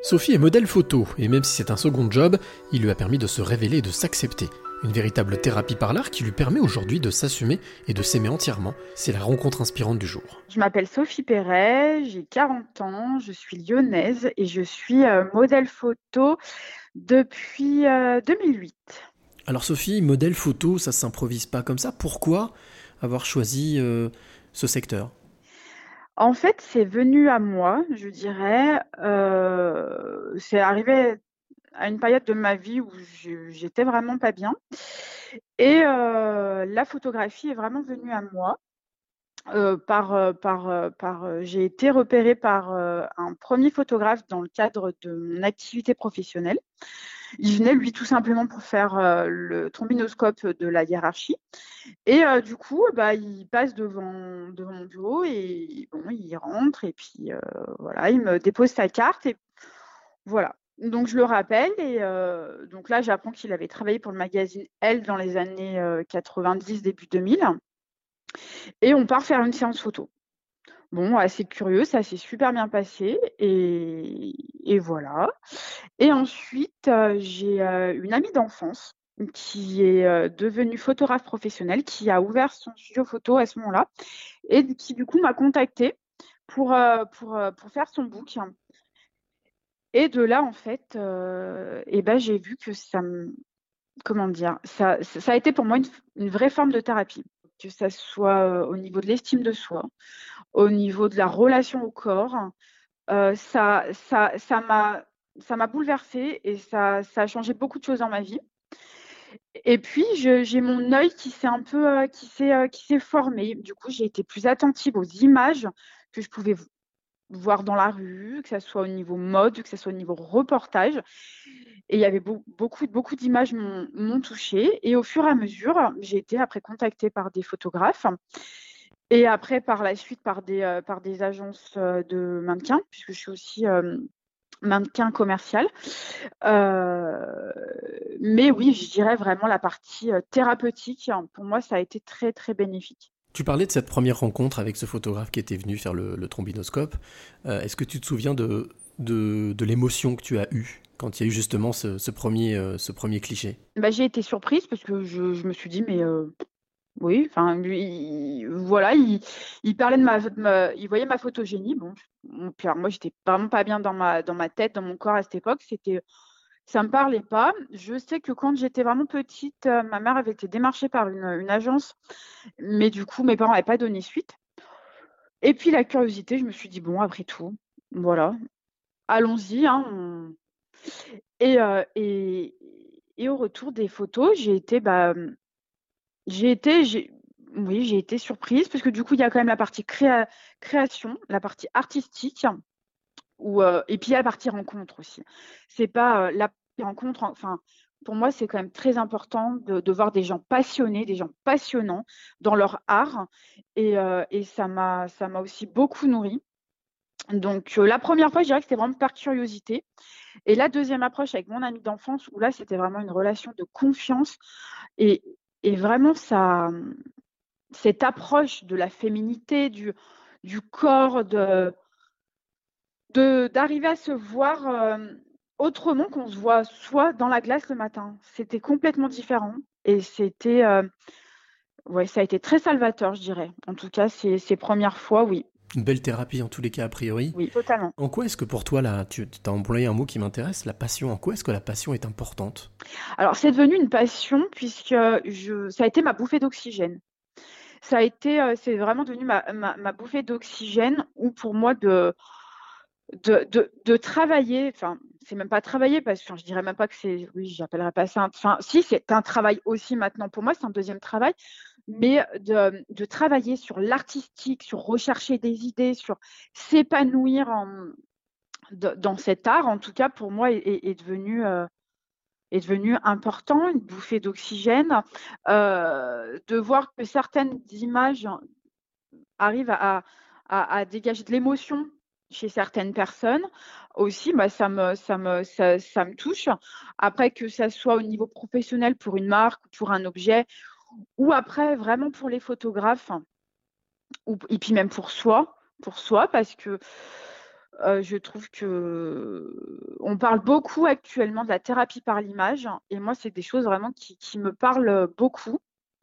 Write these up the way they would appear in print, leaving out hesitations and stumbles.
Sophie est modèle photo, et même si c'est un second job, il lui a permis de se révéler et de s'accepter. Une véritable thérapie par l'art qui lui permet aujourd'hui de s'assumer et de s'aimer entièrement. C'est la rencontre inspirante du jour. Je m'appelle Sophie Perret, j'ai 40 ans, je suis lyonnaise et je suis modèle photo depuis 2008. Alors Sophie, modèle photo, ça s'improvise pas comme ça. Pourquoi avoir choisi ce secteur ? En fait, c'est venu à moi, je dirais. C'est arrivé à une période de ma vie où j'étais vraiment pas bien. Et la photographie est vraiment venue à moi. J'ai été repérée par un premier photographe dans le cadre de mon activité professionnelle. Il venait, lui, tout simplement pour faire le trombinoscope de la hiérarchie. Et du coup, bah, il passe devant mon bureau et bon, il rentre et puis voilà, il me dépose sa carte et voilà. Donc je le rappelle et donc là, j'apprends qu'il avait travaillé pour le magazine Elle dans les années 90, début 2000 et on part faire une séance photo. Bon, assez curieux, ça s'est super bien passé et voilà. Et ensuite, j'ai une amie d'enfance qui est devenue photographe professionnelle, qui a ouvert son studio photo à ce moment-là et qui du coup m'a contactée pour faire son book. Et de là, en fait, et ben, j'ai vu que comment dire, ça a été pour moi une vraie forme de thérapie, que ça soit au niveau de l'estime de soi, au niveau de la relation au corps. Ça m'a bouleversée et ça a changé beaucoup de choses dans ma vie. Et puis, j'ai mon œil qui s'est un peu, qui s'est formé. Du coup, j'ai été plus attentive aux images que je pouvais voir dans la rue, que ça soit au niveau mode, que ça soit au niveau reportage. Et il y avait beaucoup d'images m'ont touchée. Et au fur et à mesure, j'ai été après contactée par des photographes et après, par la suite, par des agences de mannequins, puisque je suis aussi mannequin commercial. Mais oui, je dirais vraiment la partie thérapeutique, hein, pour moi, ça a été très, très bénéfique. Tu parlais de cette première rencontre avec ce photographe qui était venu faire le trombinoscope. Est-ce que tu te souviens de l'émotion que tu as eue quand il y a eu justement ce premier cliché ? Bah, j'ai été surprise parce que je me suis dit, mais oui, enfin, lui, voilà, il parlait il voyait ma photogénie. Bon, puis alors moi, j'étais vraiment pas bien dans ma tête, dans mon corps à cette époque. Ça me parlait pas. Je sais que quand j'étais vraiment petite, ma mère avait été démarchée par une agence, mais du coup, mes parents n'avaient pas donné suite. Et puis la curiosité, je me suis dit, bon, après tout, voilà, allons-y, hein, et, euh, et, et au retour des photos, j'ai été, j'ai, oui, j'ai été surprise parce que du coup, il y a quand même la partie création, la partie artistique, et puis il y a la partie rencontre aussi. C'est pas la rencontre, enfin, pour moi, c'est quand même très important de voir des gens passionnés, des gens passionnants dans leur art, et ça m'a aussi beaucoup nourrie. Donc, la première fois, je dirais que c'était vraiment par curiosité. Et la deuxième approche avec mon ami d'enfance, où là, c'était vraiment une relation de confiance. Et, et vraiment, cette approche de la féminité, du corps, d'arriver à se voir autrement qu'on se voit soit dans la glace le matin. C'était complètement différent. Et ouais, ça a été très salvateur, je dirais. En tout cas, ces premières fois, oui. Une belle thérapie en tous les cas a priori. Oui, totalement. En quoi est-ce que pour toi, là, tu as employé un mot qui m'intéresse, la passion, en quoi est-ce que la passion est importante ? Alors, c'est devenu une passion puisque ça a été ma bouffée d'oxygène. C'est vraiment devenu ma bouffée d'oxygène où pour moi de travailler, enfin, c'est même pas travailler parce que enfin, je dirais même pas que c'est, oui, j'appellerais pas ça, enfin, si, c'est un travail aussi maintenant pour moi, c'est un deuxième travail, mais travailler sur l'artistique, sur rechercher des idées, sur s'épanouir dans cet art, en tout cas pour moi, est devenu important, une bouffée d'oxygène, de voir que certaines images arrivent à dégager de l'émotion chez certaines personnes. Aussi, bah, ça me touche. Après, que ça soit au niveau professionnel pour une marque, pour un objet, ou après vraiment pour les photographes, et puis même pour soi, parce que Je trouve que on parle beaucoup actuellement de la thérapie par l'image et moi, c'est des choses vraiment qui me parlent beaucoup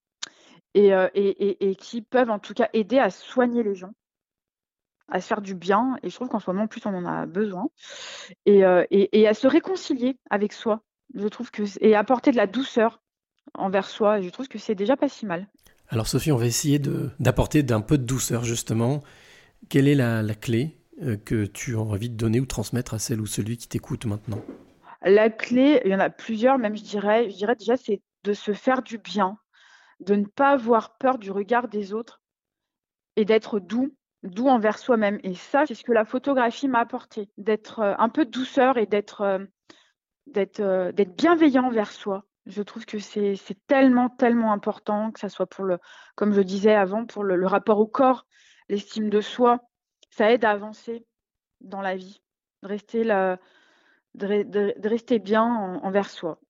et qui peuvent en tout cas aider à soigner les gens, à se faire du bien et je trouve qu'en ce moment, en plus, on en a besoin et à se réconcilier avec soi. Je trouve que et apporter de la douceur envers soi et je trouve que c'est déjà pas si mal. Alors Sophie, on va essayer d'apporter d'un peu de douceur justement. Quelle est la clé que tu as envie de donner ou transmettre à celle ou celui qui t'écoute maintenant? La clé, il y en a plusieurs même je dirais déjà c'est de se faire du bien, de ne pas avoir peur du regard des autres et d'être doux envers soi-même et ça, c'est ce que la photographie m'a apporté, d'être, un peu de douceur et d'être bienveillant envers soi. Je trouve que c'est tellement, tellement important, que ça soit pour comme je disais avant, pour le rapport au corps, l'estime de soi. Ça aide à avancer dans la vie, de rester là, de rester bien envers soi.